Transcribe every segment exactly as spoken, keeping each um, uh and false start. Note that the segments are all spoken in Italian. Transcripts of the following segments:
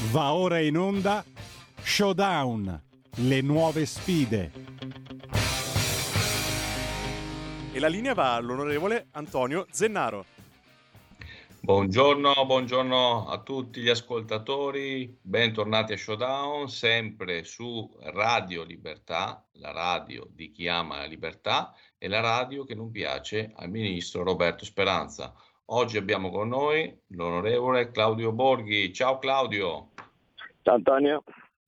Va ora in onda Showdown, le nuove sfide. E la linea va all'onorevole Antonio Zennaro. Buongiorno, buongiorno a tutti gli ascoltatori, bentornati a Showdown, sempre su Radio Libertà, la radio di chi ama la libertà e la radio che non piace al ministro Roberto Speranza. Oggi abbiamo con noi l'onorevole Claudio Borghi. Ciao Claudio. Ciao Antonio.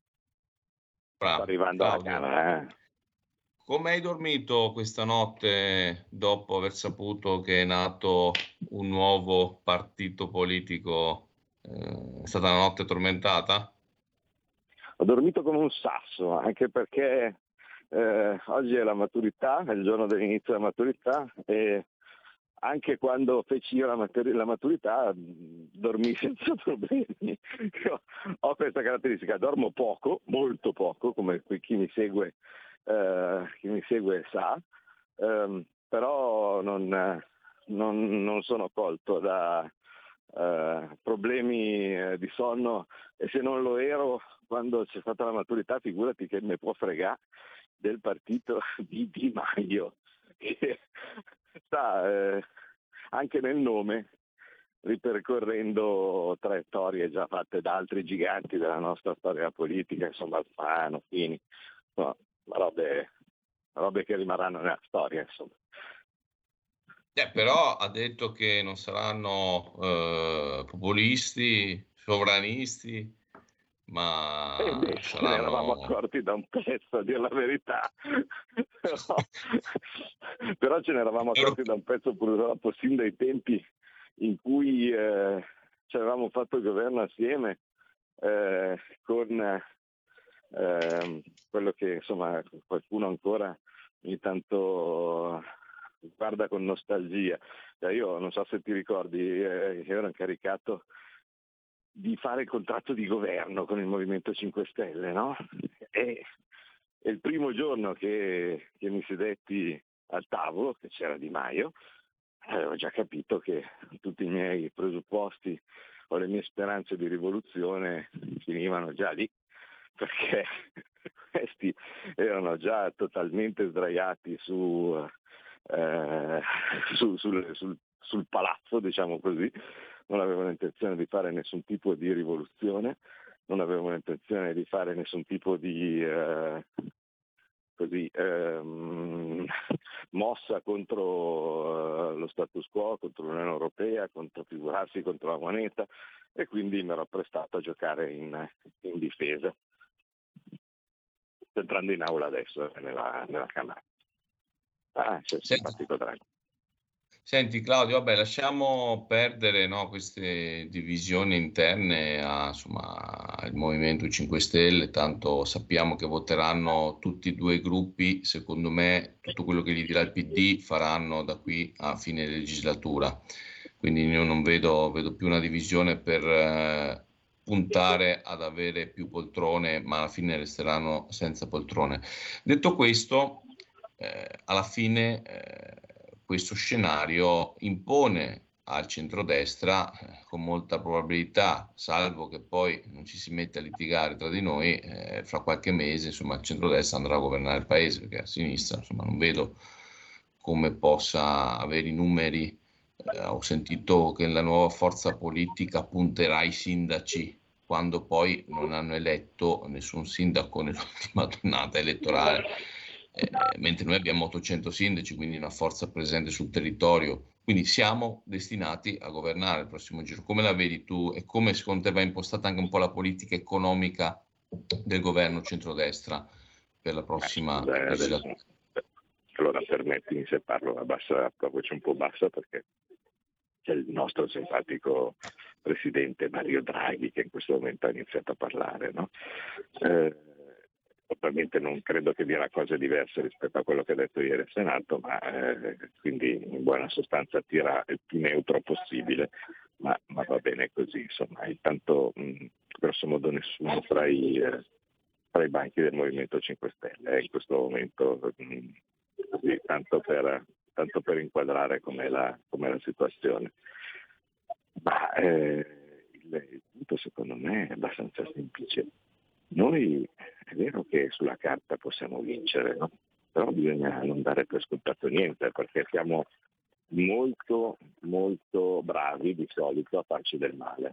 Bra- Sto arrivando Claudio. alla Camera. Eh. Come hai dormito questa notte dopo aver saputo che è nato un nuovo partito politico? Eh, è stata una notte tormentata? Ho dormito come un sasso, anche perché eh, oggi è la maturità, è il giorno dell'inizio della maturità e anche quando feci io la, maturi- la maturità dormì senza problemi. Io ho questa caratteristica, dormo poco, molto poco, come chi mi segue, eh, chi mi segue sa, ehm, però non, non, non sono colto da eh, problemi eh, di sonno, e se non lo ero quando c'è stata la maturità, figurati che mi può fregare del partito di Di Maio, che sta eh, anche nel nome ripercorrendo traiettorie già fatte da altri giganti della nostra storia politica, insomma Alfano, Fini, no, robe, robe che rimarranno nella storia, insomma. Eh, però ha detto che non saranno eh, populisti, sovranisti, ma E beh, saranno... ce ne eravamo accorti da un pezzo, a dire la verità. però, però ce ne eravamo accorti da un pezzo purtroppo sin dai tempi in cui eh, ci avevamo fatto il governo assieme eh, con eh, quello che insomma qualcuno ancora ogni tanto guarda con nostalgia. Cioè, io non so se ti ricordi, eh, io ero incaricato di fare il contratto di governo con il Movimento cinque Stelle, no? E, e il primo giorno che, che mi sedetti al tavolo, che c'era Di Maio, avevo già capito che tutti i miei presupposti o le mie speranze di rivoluzione finivano già lì, perché questi erano già totalmente sdraiati su, eh, su, sul, sul, sul palazzo, diciamo così. Non avevano intenzione di fare nessun tipo di rivoluzione, non avevano intenzione di fare nessun tipo di eh, così, ehm, mossa contro uh, lo status quo, contro l'Unione Europea, contro figurarsi contro la moneta, e quindi mi ero prestato a giocare in, in difesa. Sto entrando in aula adesso, eh, nella, nella Camera. Ah, c'è il simpatico Draghi. Senti Claudio, vabbè, lasciamo perdere, no, queste divisioni interne a, insomma, al Movimento cinque Stelle, tanto sappiamo che voteranno tutti e due i gruppi, secondo me tutto quello che gli dirà il P D faranno da qui a fine legislatura, quindi io non vedo, vedo più una divisione per eh, puntare ad avere più poltrone, ma alla fine resteranno senza poltrone. Detto questo, eh, alla fine... Eh, questo scenario impone al centrodestra, eh, con molta probabilità, salvo che poi non ci si mette a litigare tra di noi, eh, fra qualche mese, insomma, il centrodestra andrà a governare il paese, perché a sinistra, insomma, non vedo come possa avere i numeri. Eh, ho sentito che la nuova forza politica punterà ai sindaci, quando poi non hanno eletto nessun sindaco nell'ultima tornata elettorale. Eh, mentre noi abbiamo ottocento sindaci, quindi una forza presente sul territorio, quindi siamo destinati a governare il prossimo giro. Come la vedi tu e come secondo te va impostata anche un po' la politica economica del governo centrodestra per la prossima Beh, legislatura? adesso, allora permettimi se parlo a bassa, a voce un po' bassa, perché c'è il nostro simpatico presidente Mario Draghi che in questo momento ha iniziato a parlare, no? Eh, Ovviamente non credo che dirà cose diverse rispetto a quello che ha detto ieri al Senato, ma eh, quindi in buona sostanza tira il più neutro possibile, ma, ma va bene così, insomma. Intanto mh, grosso modo nessuno fra i, eh, fra i banchi del Movimento cinque Stelle eh, in questo momento, mh, così, tanto per, tanto per inquadrare com'è la, com'è la situazione. Ma eh, il punto secondo me è abbastanza semplice. Noi è vero che sulla carta possiamo vincere, no? Però bisogna non dare per scontato niente, perché siamo molto molto bravi di solito a farci del male.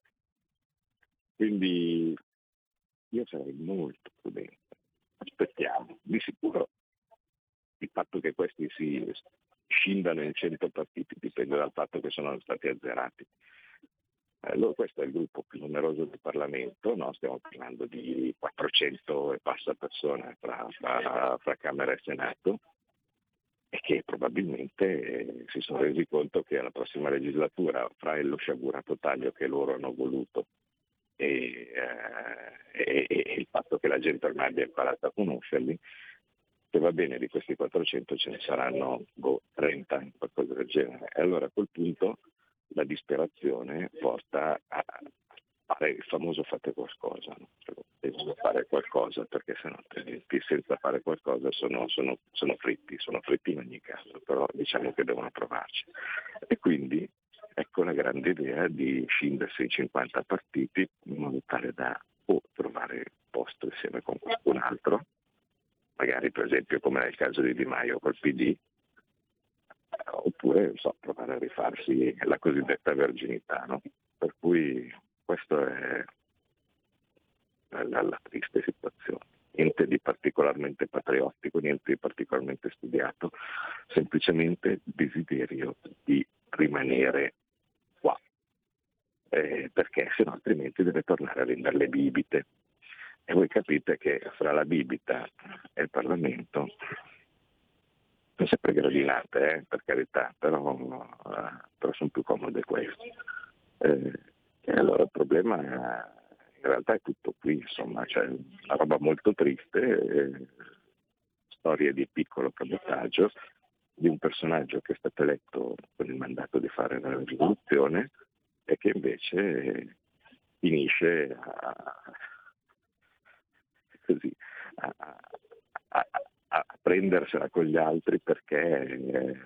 Quindi io sarei molto prudente. Aspettiamo. Di sicuro il fatto che questi si scindano in cento partiti dipende dal fatto che sono stati azzerati. Allora, questo è il gruppo più numeroso del Parlamento, no? Stiamo parlando di quattrocento e passa persone fra, fra, fra Camera e Senato, e che probabilmente eh, si sono resi conto che alla prossima legislatura, fra lo sciagurato taglio che loro hanno voluto e, eh, e, e il fatto che la gente ormai abbia imparato a conoscerli, se va bene di questi quattrocento ce ne saranno boh, trenta, qualcosa del genere. E allora a quel punto la disperazione porta a fare il famoso fate qualcosa, no? Devono fare qualcosa, perché sennò altrimenti senza fare qualcosa sono, sono, sono fritti, sono fritti in ogni caso, però diciamo che devono provarci. E quindi ecco la grande idea di scindersi in cinquanta partiti in modo tale da o trovare posto insieme con qualcun altro, magari per esempio come nel caso di Di Maio col P D, oppure so, provare a rifarsi la cosiddetta verginità, no? Per cui questo è la, la triste situazione. Niente di particolarmente patriottico, niente di particolarmente studiato, semplicemente desiderio di rimanere qua, eh, perché se no altrimenti deve tornare a vendere le bibite. E voi capite che fra la bibita e il Parlamento sono sempre gradinate, eh, per carità, però, uh, però sono più comode queste. Eh, e allora il problema è, in realtà è tutto qui, insomma, c'è una roba molto triste, eh, storie di piccolo cabotaggio, di un personaggio che è stato eletto con il mandato di fare la rivoluzione e che invece finisce a, così, a, a, a prendersela con gli altri perché eh,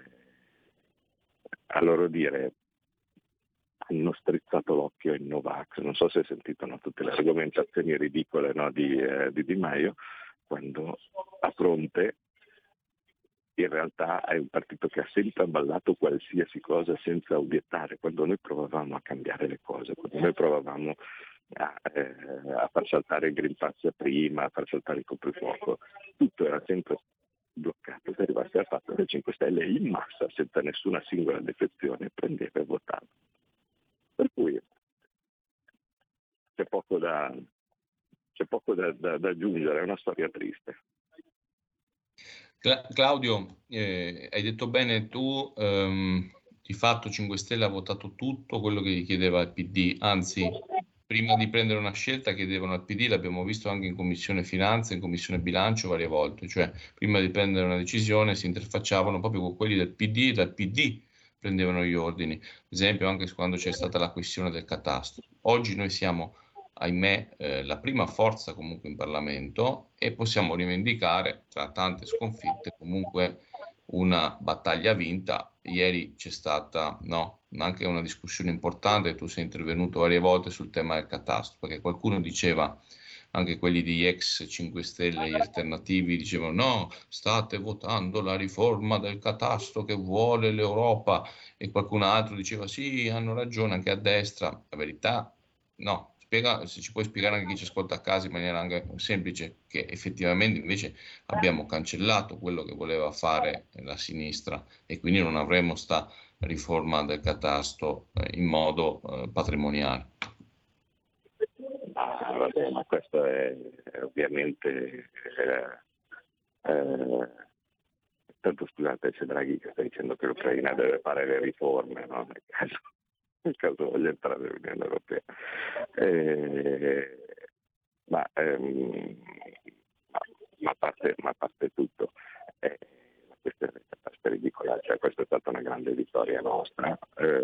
a loro dire hanno strizzato l'occhio ai Novax. Non so se hai sentito, no, tutte le argomentazioni ridicole, no, di, eh, di Di Maio, quando a fronte in realtà è un partito che ha sempre abballato qualsiasi cosa senza obiettare. Quando noi provavamo a cambiare le cose, quando noi provavamo a, eh, a far saltare il Green Pass prima, a far saltare il coprifuoco, tutto era sempre bloccato per arrivare al fatto che il cinque Stelle in massa, senza nessuna singola defezione, prendeva e votava. Per cui c'è poco da, c'è poco da, da, da aggiungere, è una storia triste. Cla- Claudio, eh, hai detto bene tu, ehm, di fatto cinque Stelle ha votato tutto quello che gli chiedeva il P D, anzi prima di prendere una scelta chiedevano al P D, l'abbiamo visto anche in Commissione Finanze, in Commissione Bilancio varie volte, cioè prima di prendere una decisione si interfacciavano proprio con quelli del P D e dal P D prendevano gli ordini, ad esempio anche quando c'è stata la questione del catasto. Oggi noi siamo, ahimè, eh, la prima forza comunque in Parlamento e possiamo rivendicare, tra tante sconfitte, comunque una battaglia vinta. Ieri c'è stata, no, anche una discussione importante, tu sei intervenuto varie volte sul tema del catasto, perché qualcuno diceva, anche quelli di ex cinque Stelle, gli alternativi, dicevano no, state votando la riforma del catasto che vuole l'Europa, e qualcun altro diceva sì, hanno ragione anche a destra. La verità, no. Spiega, se ci puoi spiegare anche chi ci ascolta a casa in maniera anche semplice, che effettivamente invece abbiamo cancellato quello che voleva fare la sinistra e quindi non avremo sta riforma del catasto eh, in modo eh, patrimoniale. Ah, vabbè, ma questo è, è ovviamente eh, eh, tanto scusate, c'è Draghi che sta dicendo che l'Ucraina deve fare le riforme, no? Nel caso, nel caso voglia entrare nell'Unione Europea. Eh, ma, ehm, ma, ma, a parte, ma a parte tutto, eh, questa è ridicola, cioè questa è stata una grande vittoria nostra. Eh,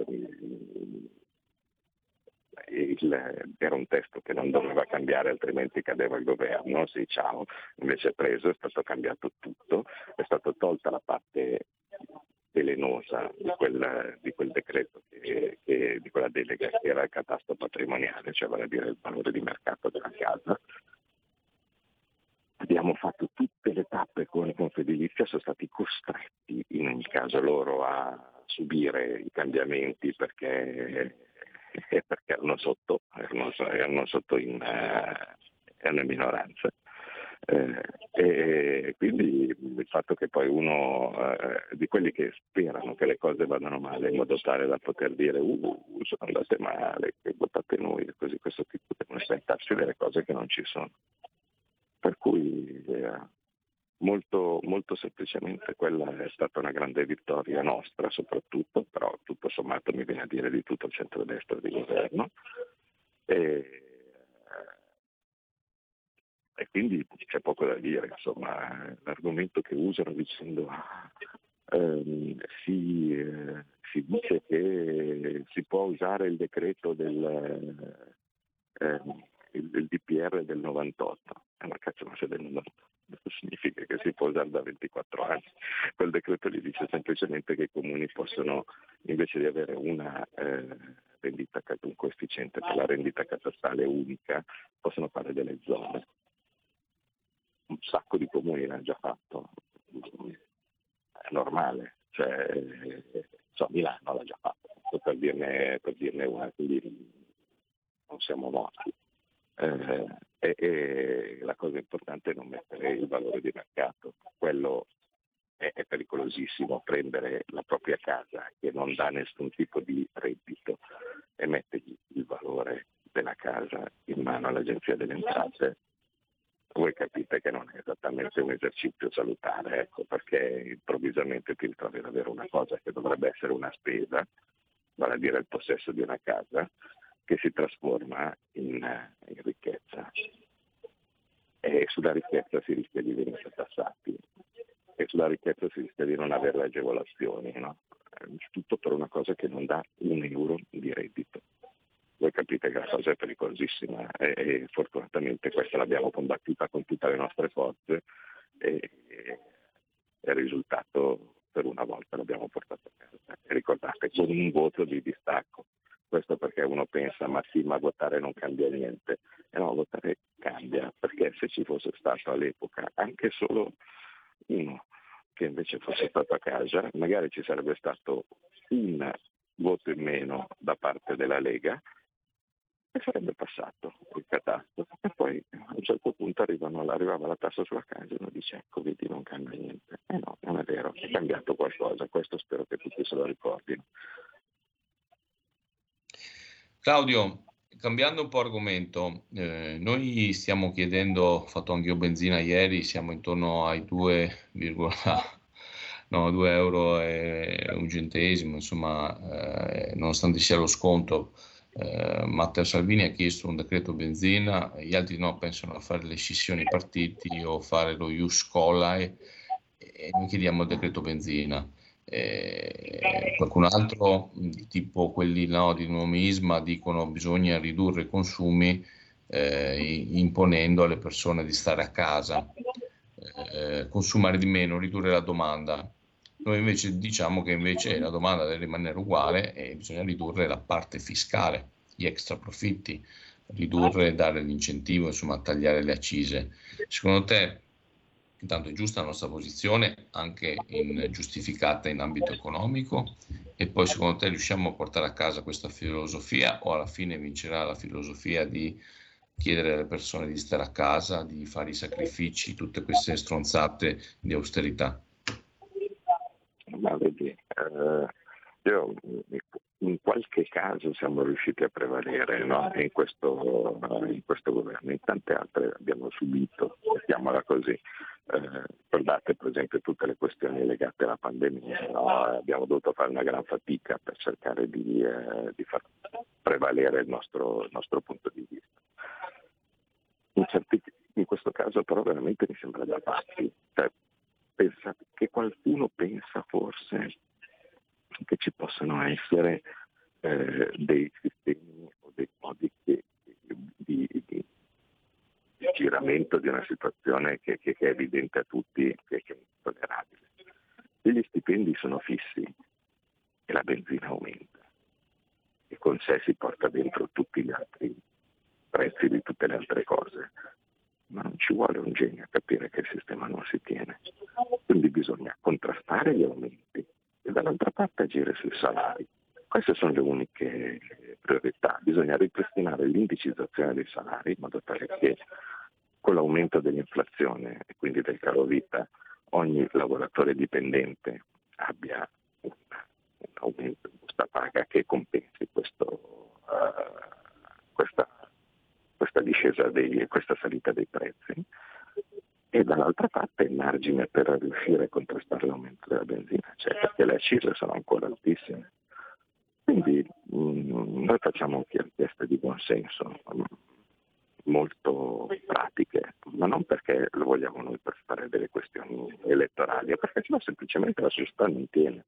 il, era un testo che non doveva cambiare altrimenti cadeva il governo, sì ciao, invece è preso, è stato cambiato tutto, è stata tolta la parte velenosa di quel, di quel decreto, che, che, di quella delega che era il catasto patrimoniale, cioè vale a dire il valore di mercato della casa. Abbiamo fatto tutte le tappe con Confedilizia, sono stati costretti in ogni caso loro a subire i cambiamenti perché, perché erano sotto, erano, erano sotto in, uh, in minoranza. Eh, e quindi il fatto che poi uno eh, di quelli che sperano che le cose vadano male in modo tale da poter dire uh, sono andate male, che votate noi, così questo tipo devono aspettarsi delle cose che non ci sono. Per cui eh, molto, molto semplicemente quella è stata una grande vittoria nostra soprattutto, però tutto sommato mi viene a dire di tutto il centrodestra di governo. E, E quindi c'è poco da dire, insomma, l'argomento che usano dicendo ehm, si, eh, si dice che si può usare il decreto del, eh, il, del D P R del novantotto, eh, ma cazzo, ma se del novantotto, questo significa che si può usare da ventiquattro anni. Quel decreto gli dice semplicemente che i comuni possono, invece di avere una eh, rendita, un coefficiente per la rendita catastale unica, possono fare delle zone. Un sacco di comuni l'hanno già fatto, è normale, cioè, so, Milano l'ha già fatto, per dirne, per dirne una, quindi non siamo morti. Eh, e, e la cosa importante è non mettere il valore di mercato, quello è, è pericolosissimo, prendere la propria casa che non dà nessun tipo di reddito e mettergli il valore della casa in mano all'Agenzia delle Entrate. Voi capite che non è esattamente un esercizio salutare, ecco, perché improvvisamente ti ritrovi ad avere una cosa che dovrebbe essere una spesa, vale a dire il possesso di una casa, che si trasforma in, in ricchezza. E sulla ricchezza si rischia di venire tassati, e sulla ricchezza si rischia di non avere le agevolazioni, no? Tutto per una cosa che non dà un euro di reddito. Voi capite che la cosa è pericolosissima e, e fortunatamente questa l'abbiamo combattuta con tutte le nostre forze e, e il risultato per una volta l'abbiamo portato a casa. E ricordate, con un voto di distacco. Questo perché uno pensa, ma sì, ma votare non cambia niente. E no, votare cambia, perché se ci fosse stato all'epoca anche solo uno che invece fosse stato a casa, magari ci sarebbe stato un voto in meno da parte della Lega, e sarebbe passato il catasto. E poi a un certo punto arrivano, arrivava la tassa sulla casa e uno dice ecco, vedi, non cambia niente. E eh no, non è vero, è cambiato qualcosa, questo spero che tutti se lo ricordino. Claudio, cambiando un po' argomento, eh, noi stiamo chiedendo, ho fatto anche io benzina ieri, siamo intorno ai due, no, due euro e un centesimo, insomma, eh, nonostante sia lo sconto. Uh, Matteo Salvini ha chiesto un decreto benzina, gli altri no, pensano a fare le scissioni partiti o fare lo ius scholae, e noi chiediamo il decreto benzina. Eh, qualcun altro, tipo quelli no, di Nuomisma, dicono bisogna ridurre i consumi eh, imponendo alle persone di stare a casa, eh, consumare di meno, ridurre la domanda. Noi invece diciamo che invece la domanda deve rimanere uguale e bisogna ridurre la parte fiscale, gli extra profitti, ridurre, dare l'incentivo, insomma tagliare le accise. Secondo te, intanto è giusta la nostra posizione, anche in, giustificata in ambito economico, e poi secondo te riusciamo a portare a casa questa filosofia o alla fine vincerà la filosofia di chiedere alle persone di stare a casa, di fare i sacrifici, tutte queste stronzate di austerità? Ma vedi, eh, io in qualche caso siamo riusciti a prevalere, no? in, questo, in questo governo, in tante altre abbiamo subito, mettiamola così. Eh, ricordate per esempio tutte le questioni legate alla pandemia, no? Abbiamo dovuto fare una gran fatica per cercare di, eh, di far prevalere il nostro, il nostro punto di vista. In, certi, in questo caso però veramente mi sembra da pazzi. Cioè, pensa, che qualcuno pensa forse che ci possano essere eh, dei sistemi o dei modi che, di, di, di giramento di una situazione che, che, che è evidente a tutti che, che è intollerabile. Se gli stipendi sono fissi e la benzina aumenta e con sé si porta dentro tutti gli altri prezzi di tutte le altre cose, ma non ci vuole un genio a capire che il sistema non si tiene. Quindi bisogna contrastare gli aumenti e dall'altra parte agire sui salari. Queste sono le uniche priorità. Bisogna ripristinare l'indicizzazione dei salari in modo tale che con l'aumento dell'inflazione e quindi del caro vita ogni lavoratore dipendente abbia un, un aumento di busta paga che compensi questo, uh, questa, questa discesa dei, questa salita dei prezzi, e dall'altra parte il margine per riuscire a contrastare l'aumento della benzina, cioè perché le accise sono ancora altissime. Quindi mh, noi facciamo richieste di buonsenso, mh, molto pratiche, ma non perché lo vogliamo noi per fare delle questioni elettorali, ma perché sennò semplicemente la società non tiene.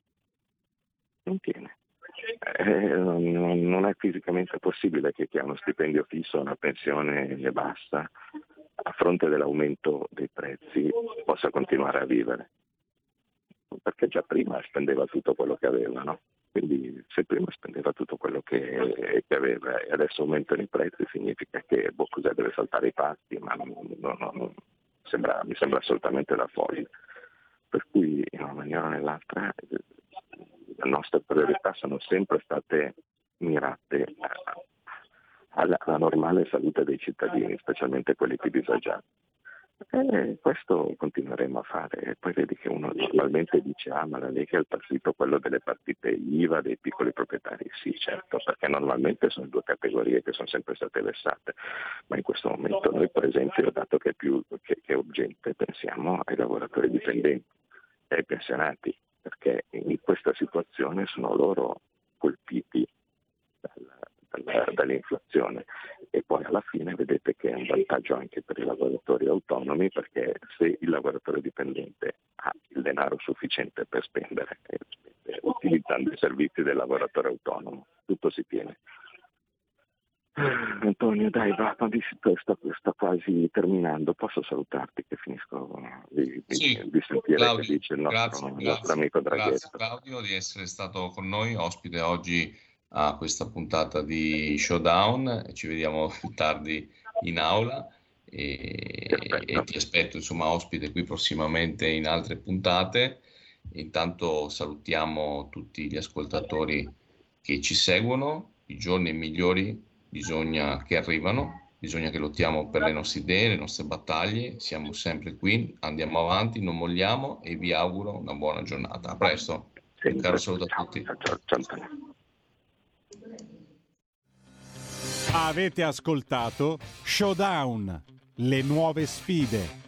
Non tiene. Eh, non, non è fisicamente possibile che chi ha uno stipendio fisso, una pensione bassa, a fronte dell'aumento dei prezzi possa continuare a vivere. Perché già prima spendeva tutto quello che aveva, no? Quindi se prima spendeva tutto quello che, che aveva e adesso aumentano i prezzi, significa che boh, cos'è, deve saltare i pasti, ma non, non, non, sembra, mi sembra assolutamente da follia. Per cui in una maniera o nell'altra le nostre priorità sono sempre state mirate alla, alla normale salute dei cittadini, specialmente quelli più disagiati. E questo continueremo a fare. E poi vedi che uno normalmente dice ah ma la Lega è il partito quello delle partite I V A, dei piccoli proprietari. Sì, certo, perché normalmente sono due categorie che sono sempre state vessate, ma in questo momento noi per esempio, dato che è più che, che è urgente, pensiamo ai lavoratori dipendenti e ai pensionati, perché in questa situazione sono loro colpiti dal, dal, dall'inflazione. E poi alla fine vedete che è un vantaggio anche per i lavoratori autonomi, perché se il lavoratore dipendente ha il denaro sufficiente per spendere, eh, utilizzando i servizi del lavoratore autonomo, tutto si tiene. Antonio, dai, va, ma sto, sto quasi terminando. Posso salutarti che finisco di, di, sì, di sentire Claudio, che dice il nostro, grazie, il grazie, nostro amico Draghetto. Grazie Claudio di essere stato con noi, ospite oggi a questa puntata di Showdown. Ci vediamo più tardi in aula e, e ti aspetto insomma ospite qui prossimamente in altre puntate. Intanto salutiamo tutti gli ascoltatori che ci seguono. I giorni migliori bisogna che arrivano, bisogna che lottiamo per le nostre idee, le nostre battaglie. Siamo sempre qui, andiamo avanti, non molliamo e vi auguro una buona giornata. A presto, un caro saluto a tutti. Ciao, ciao, ciao. Avete ascoltato Showdown, le nuove sfide.